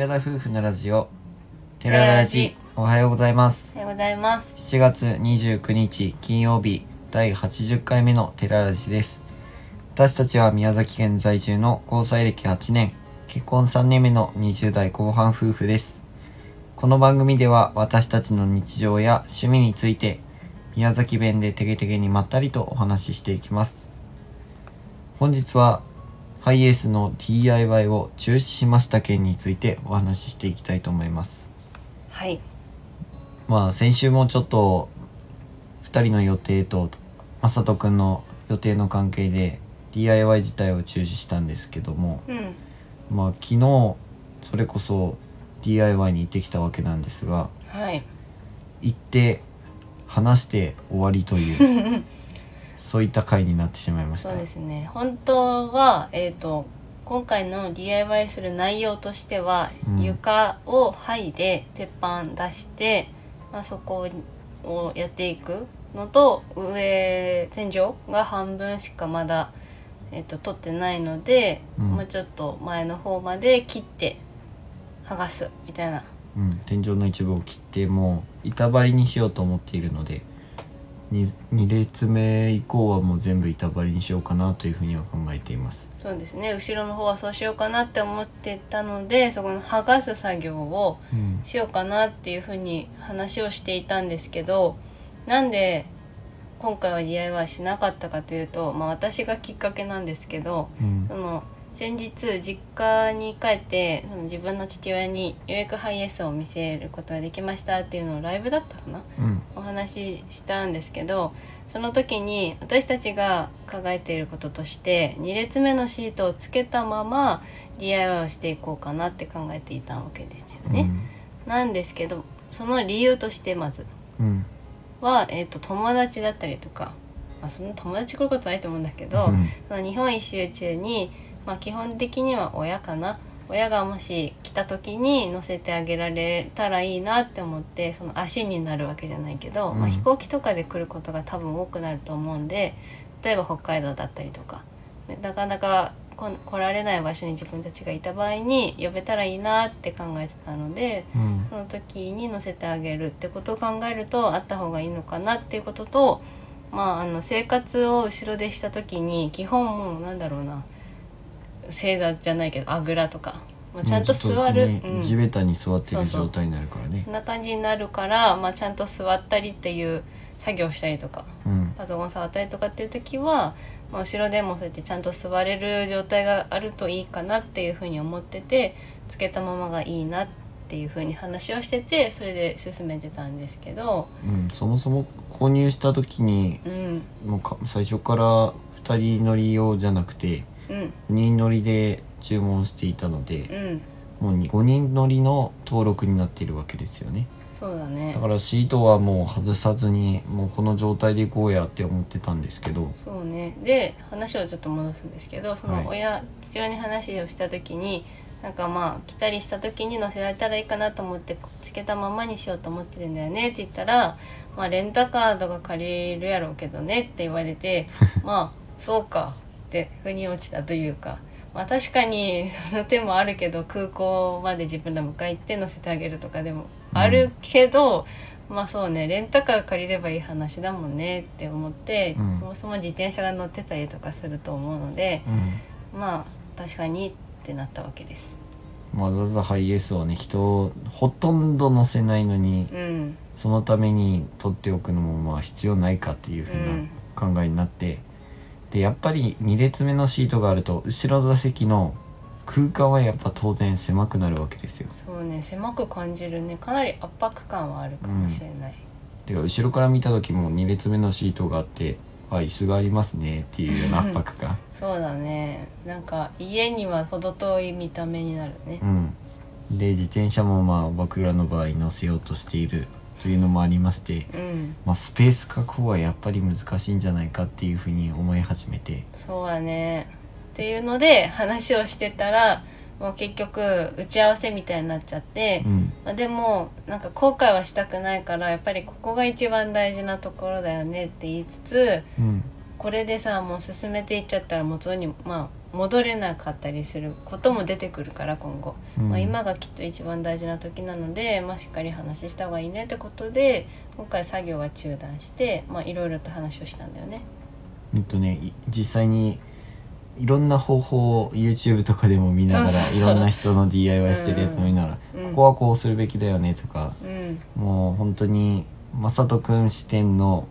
寺田夫婦のラジオ寺ラジ、おはようございます。 おはようございます。 7月29日金曜日第80回目の寺ラジです。私たちは宮崎県在住の交際歴8年結婚3年目の20代後半夫婦です。この番組では私たちの日常や趣味について宮崎弁でてげてげにまったりとお話ししていきます。本日はハイエースの DIY を中止しました件についてお話ししていきたいと思います。 はい。 先週もちょっと2人の予定とまさとくんの予定の関係で DIY 自体を中止したんですけども、昨日それこそ DIY に行ってきたわけなんですが、 はい。 行って話して終わりというそういった回になってしまいました。 そうですね。本当は今回の DIY する内容としては、床を剥いで鉄板出して、そこをやっていくのと、上天井が半分しかまだ取ってないので、もうちょっと前の方まで切って剥がすみたいな。 天井の一部を切ってもう板張りにしようと思っているので、2列目以降はもう全部板張りにしようかなというふうには考えています。 そうですね。後ろの方はそうしようかなって思ってたので、そこの剥がす作業をしようかなっていうふうに話をしていたんですけど、なんで今回は DIY しなかったかというと、私がきっかけなんですけど、その先日実家に帰ってその自分の父親にようやくハイエースを見せることができましたっていうのをライブだったかな、お話ししたんですけど、その時に私たちが考えていることとして2列目のシートをつけたまま DIY をしていこうかなって考えていたわけですよね。なんですけど、その理由としてまずは、友達だったりとか、そんな友達来ることないと思うんだけど、その日本一周中に基本的には親がもし来た時に乗せてあげられたらいいなって思って、その足になるわけじゃないけど、飛行機とかで来ることが多分多くなると思うんで、例えば北海道だったりとかなかなか来られない場所に自分たちがいた場合に呼べたらいいなって考えてたので、その時に乗せてあげるってことを考えるとあった方がいいのかなっていうことと、生活を後ろでした時に基本もう正座じゃないけどあぐらとか、ちゃんと座る、 地べたに座ってる状態になるからね。 そんな感じになるから、ちゃんと座ったりっていう作業したりとか、パソコン触ったりとかっていう時は、後ろでもそうやってちゃんと座れる状態があるといいかなっていうふうに思ってて、つけたままがいいなっていうふうに話をしてて、それで進めてたんですけど、 そもそも購入した時に、もう最初から2人乗り用じゃなくて4人乗りで注文していたので、もう5人乗りの登録になっているわけですよね。 そうだね。 だからシートはもう外さずにもうこの状態で行こうやって思ってたんですけど、 そうね。で話をちょっと戻すんですけど、その父親に話をした時に、来たりした時に乗せられたらいいかなと思ってつけたままにしようと思ってるんだよねって言ったら、レンタカーとか借りるやろうけどねって言われてそうかって腑に落ちたというか、確かにその手もあるけど、空港まで自分ら迎え行って乗せてあげるとかでもあるけど、そうね、レンタカー借りればいい話だもんねって思って、そもそも自転車が乗ってたりとかすると思うので、確かにってなったわけです。 わざわざハイエースをね、人をほとんど乗せないのに、そのために取っておくのも必要ないかっていう風な考えになって、でやっぱり2列目のシートがあると後ろ座席の空間はやっぱ当然狭くなるわけですよ。 そうね、狭く感じるね。かなり圧迫感はあるかもしれない。 で後ろから見た時も2列目のシートがあって、椅子がありますねっていうような圧迫感そうだね。家には程遠い見た目になるね。 で自転車も僕らの場合乗せようとしているというのもありまして、スペース確保はやっぱり難しいんじゃないかっていうふうに思い始めて、 そうだねっていうので話をしてたら、もう結局打ち合わせみたいになっちゃって、でも後悔はしたくないから、やっぱりここが一番大事なところだよねって言いつつ、 これでさもう進めていっちゃったら元に戻れなかったりすることも出てくるから今後、今がきっと一番大事な時なので、しっかり話した方がいいねってことで今回作業は中断していろいろと話をしたんだよね。 実際にいろんな方法を YouTube とかでも見ながらいろんな人の DIY してるやつを見ながら、ここはこうするべきだよねとか、もう本当にまさとくん視点の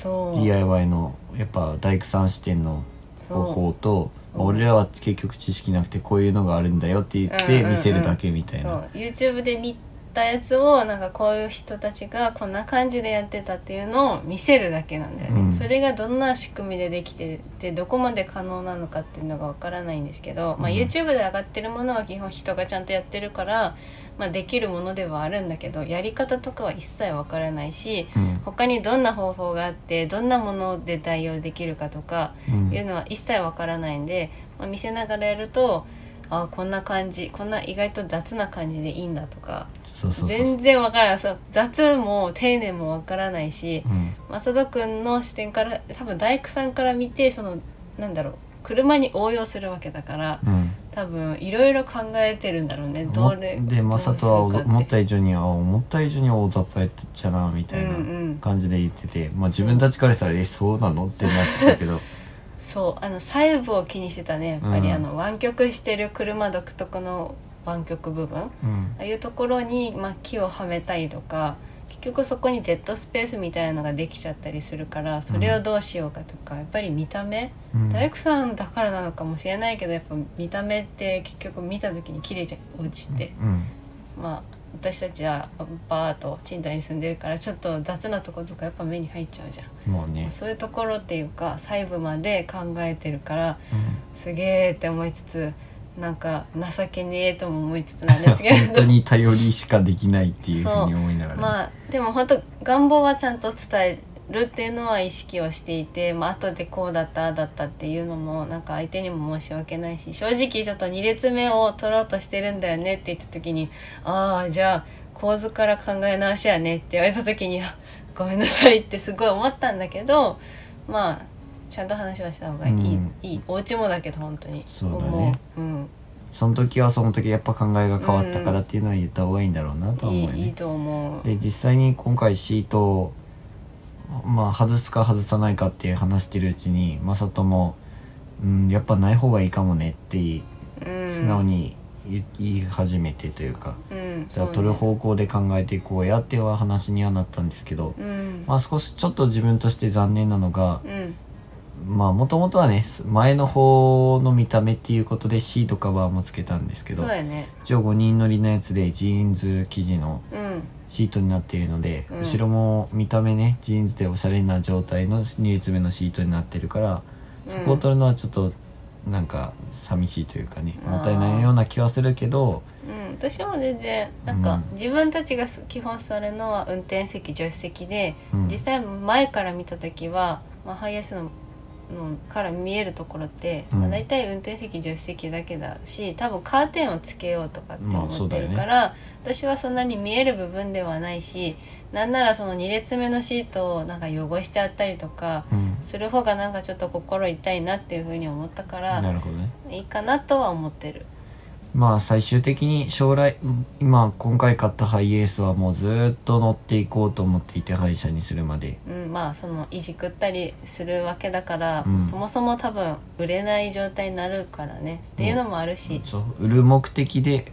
DIY のやっぱ大工さん視点の方法と、俺らは結局知識なくてこういうのがあるんだよって言って見せるだけみたいな、 そう YouTube で見たやつをこういう人たちがこんな感じでやってたっていうのを見せるだけなんだよね、それがどんな仕組みでできててどこまで可能なのかっていうのがわからないんですけど、YouTube で上がってるものは基本人がちゃんとやってるから、できるものではあるんだけどやり方とかは一切わからないし、他にどんな方法があってどんなもので代用できるかとかいうのは一切わからないんで、見せながらやるとこんな感じこんな意外と雑な感じでいいんだとか全然わからない。そう雑も丁寧もわからないし、正人くんの視点から多分大工さんから見て車に応用するわけだから、多分いろいろ考えてるんだろうね。 で正人は思った以上に大雑把やってっちゃなみたいな感じで言ってて、自分たちからしたらそうなのってなってたけどそう細部を気にしてたねやっぱり、湾曲してる車独特の湾曲部分、ああいうところに、木をはめたりとか結局そこにデッドスペースみたいなのができちゃったりするからそれをどうしようかとか、やっぱり見た目、大工さんだからなのかもしれないけどやっぱ見た目って結局見た時に綺麗じゃん落ちて、私たちはバーと賃貸に住んでるからちょっと雑なとことかやっぱ目に入っちゃうじゃん、そういうところっていうか細部まで考えてるから、すげーって思いつつ情けねえとも思いつつなんですけど本当に頼りしかできないっていうふうに思いながら、 でも本当願望はちゃんと伝えるっていうのは意識をしていて、後でこうだっただったっていうのも相手にも申し訳ないし、正直ちょっと2列目を取ろうとしてるんだよねって言った時にじゃあ構図から考え直しやねって言われた時にごめんなさいってすごい思ったんだけど、ちゃんと話はした方がいい、お家もだけど本当にそうだね、その時はその時やっぱ考えが変わったからっていうのは言った方がいいんだろうなとは思うよね。 いいと思う。 で実際に今回シートを外すか外さないかって話してるうちにマサトも、やっぱない方がいいかもねって素直に言い始めてというか、じゃあ取る方向で考えていこうやっては話にはなったんですけど、少しちょっと自分として残念なのが、もともとはね前の方の見た目っていうことでシートカバーもつけたんですけど、一応5人乗りのやつでジーンズ生地のシートになっているので、後ろも見た目ねジーンズでおしゃれな状態の2列目のシートになってるから、そこを取るのはちょっと寂しいというかねもったいないような気はするけど、 私も全然自分たちが基本座るのは運転席助手席で、実際前から見た時は、ハイエースのから見えるところって、大体運転席助手席だけだし、多分カーテンをつけようとかって思ってるから、私はそんなに見える部分ではないし、なんならその2列目のシートを汚しちゃったりとかする方がちょっと心痛いなっていう風に思ったから、 なるほどね、 いいかなとは思ってる。 最終的に将来今回買ったハイエースはもうずっと乗っていこうと思っていて、廃車にするまで、 そのいじくったりするわけだから、そもそも多分売れない状態になるからねっていうのもあるし、 売る目的で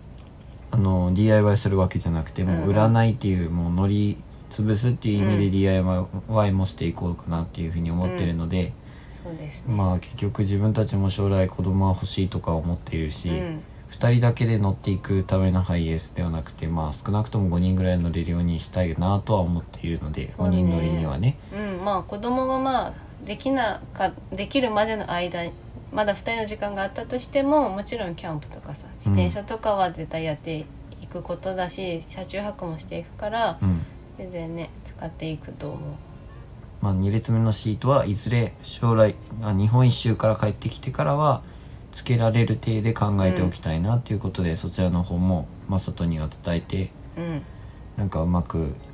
DIY するわけじゃなくて、もう売らないっていう、もう乗り潰すっていう意味で DIY もしていこうかなっていうふうに思ってるので、 そうですね、 結局自分たちも将来子供は欲しいとか思っているし、2人だけで乗っていくためのハイエースではなくて、少なくとも5人ぐらい乗れるようにしたいなとは思っているので、5人乗りにはね、 子供ができるまでの間まだ2人の時間があったとしても、もちろんキャンプとかさ自転車とかは絶対やっていくことだし、車中泊もしていくから、全然ね使っていくと思う。 2列目のシートはいずれ将来日本一周から帰ってきてからはつけられる体で考えておきたいなっていうことで、そちらの方もマサトには伝えて、うまく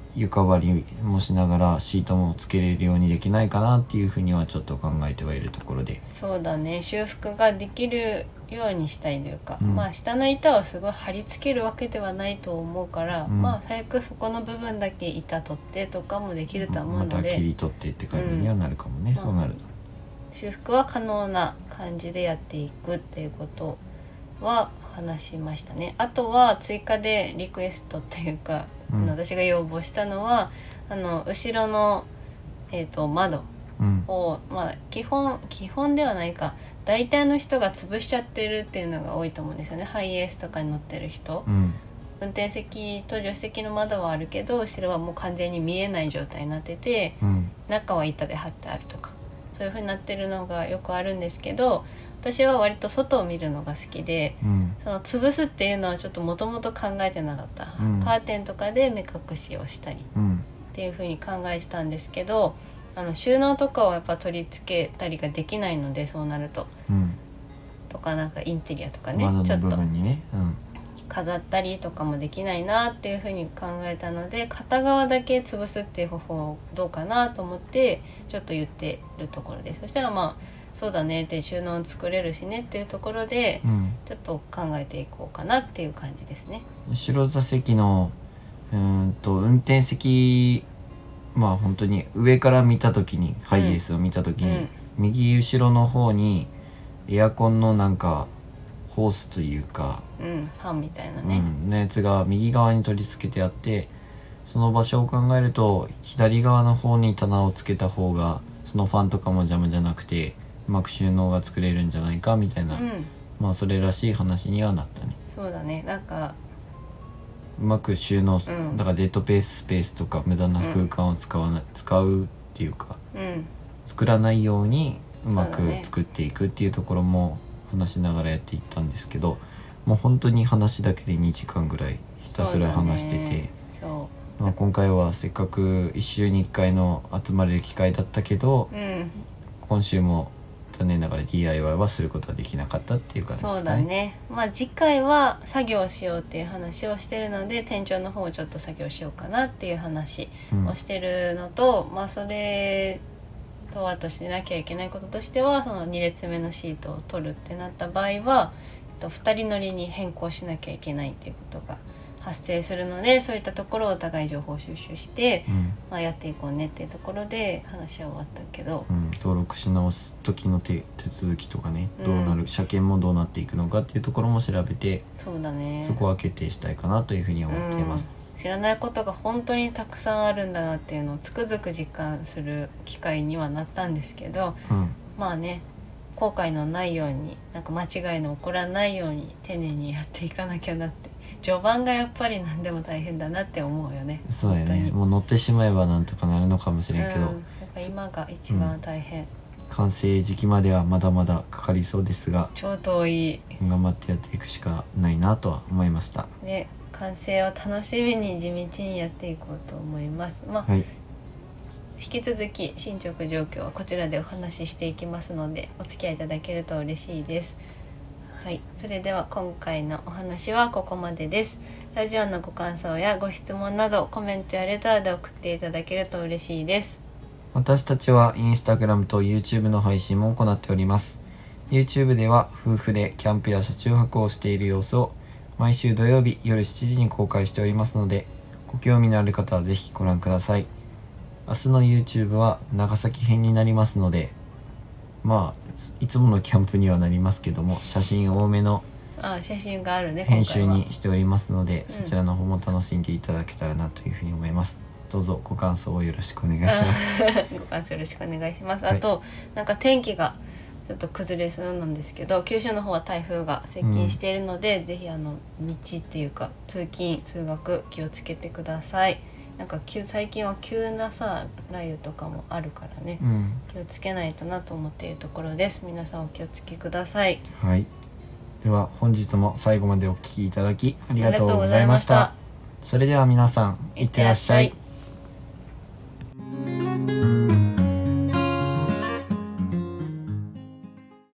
床張りもしながらシートもつけれるようにできないかなっていうふうにはちょっと考えてはいるところで。 そうだね、修復ができるようにしたいというか、 うんまあ下の板はすごい貼り付けるわけではないと思うから、 うんまあ最悪そこの部分だけ板取ってとかもできるとは思うまので、 た切り取ってって感じにはなるかもね、 うんそうなると。 修復は可能な感じでやっていくっていうことは話しましたね。あとは追加でリクエストっていうか、 うん私が要望したのは後ろの、窓うんを、まあ、基本ではないか、大体の人が潰しちゃってるっていうのが多いと思うんですよね。ハイエースとかに乗ってる人、 うん運転席と助手席の窓はあるけど後ろはもう完全に見えない状態になってて、 うん中は板で貼ってあるとか、そういう風になってるのがよくあるんですけど、私は割と外を見るのが好きで、 うんその潰すっていうのはちょっともともと考えてなかった、 うんカーテンとかで目隠しをしたりうんっていう風に考えてたんですけど、収納とかはやっぱ取り付けたりができないので、そうなるとうんとか、なんかインテリアとかね、 窓の部ちょっと分にね。うん飾ったりとかもできないなっていう風に考えたので、片側だけ潰すっていう方法どうかなと思ってちょっと言ってるところです。そしたらまあそうだねって収納作れるしねっていうところでうんちょっと考えていこうかなっていう感じですね。 後ろ座席の運転席、まあ本当に上から見た時に、ハイエースを見た時に、右後ろの方にエアコンのなんかホースというか、 ファンみたいなね、 うん、のやつが右側に取り付けてあって、その場所を考えると左側の方に棚をつけた方がそのファンとかも邪魔じゃなくてうまく収納が作れるんじゃないかみたいな、まあそれらしい話にはなったね。 そうだね、なんかうまく収納、 うんだからデッドスペースとか無駄な空間を使うっていうか、作らないようにうまく作っていくっていうところも話しながらやっていったんですけど、もう本当に話だけで2時間ぐらいひたすら話してて、まあ、今回はせっかく1週に1回の集まれる機会だったけど、今週も残念ながら DIY はすることはできなかったっていう感じですかね。 そうだね、まあ次回は作業しようっていう話をしてるので、店長の方をちょっと作業しようかなっていう話をしてるのと、まあそれとあとしなきゃいけないこととしては、その2列目のシートを取るってなった場合は2人乗りに変更しなきゃいけないっていうことが発生するので、そういったところをお互い情報収集して、まあ、やっていこうねっていうところで話は終わったけど、 登録し直す時の手続きとかね、どうなる、車検もどうなっていくのかっていうところも調べて、 そうだね、 そこは決定したいかなというふうに思っています。 知らないことが本当にたくさんあるんだなっていうのをつくづく実感する機会にはなったんですけど、まあね、後悔のないように、なんか間違いの起こらないように丁寧にやっていかなきゃなって、序盤がやっぱり何でも大変だなって思うよね。 そうやね、もう乗ってしまえばなんとかなるのかもしれんけど、 やっぱ今が一番大変、 完成時期まではまだまだかかりそうですが、 超遠い頑張ってやっていくしかないなとは思いましたね。完成を楽しみに地道にやっていこうと思います。まあ、引き続き進捗状況はこちらでお話ししていきますので、お付き合いいただけると嬉しいです。はい、それでは今回のお話はここまでです。ラジオのご感想やご質問などコメントやレターで送っていただけると嬉しいです。 私たちはインスタグラムと YouTube の配信も行っております。 YouTube では夫婦でキャンプや車中泊をしている様子を毎週土曜日夜7時に公開しておりますので、ご興味のある方はぜひご覧ください。明日の YouTube は長崎編になりますので、まあいつものキャンプにはなりますけども、写真多めの写真があるね、 編集にしておりますので、そちらの方も楽しんでいただけたらなというふうに思います。どうぞご感想をよろしくお願いします。 ご感想よろしくお願いします。あと、なんか天気がちょっと崩れそうなんですけど、九州の方は台風が接近しているので、ぜひ道っていうか通勤通学気をつけてください。なんか最近は急な雷雨とかもあるからね、気をつけないとなと思っているところです。皆さんお気をつけください。 はい、では本日も最後までお聞きいただきありがとうございました。それでは皆さんいってらっしゃい。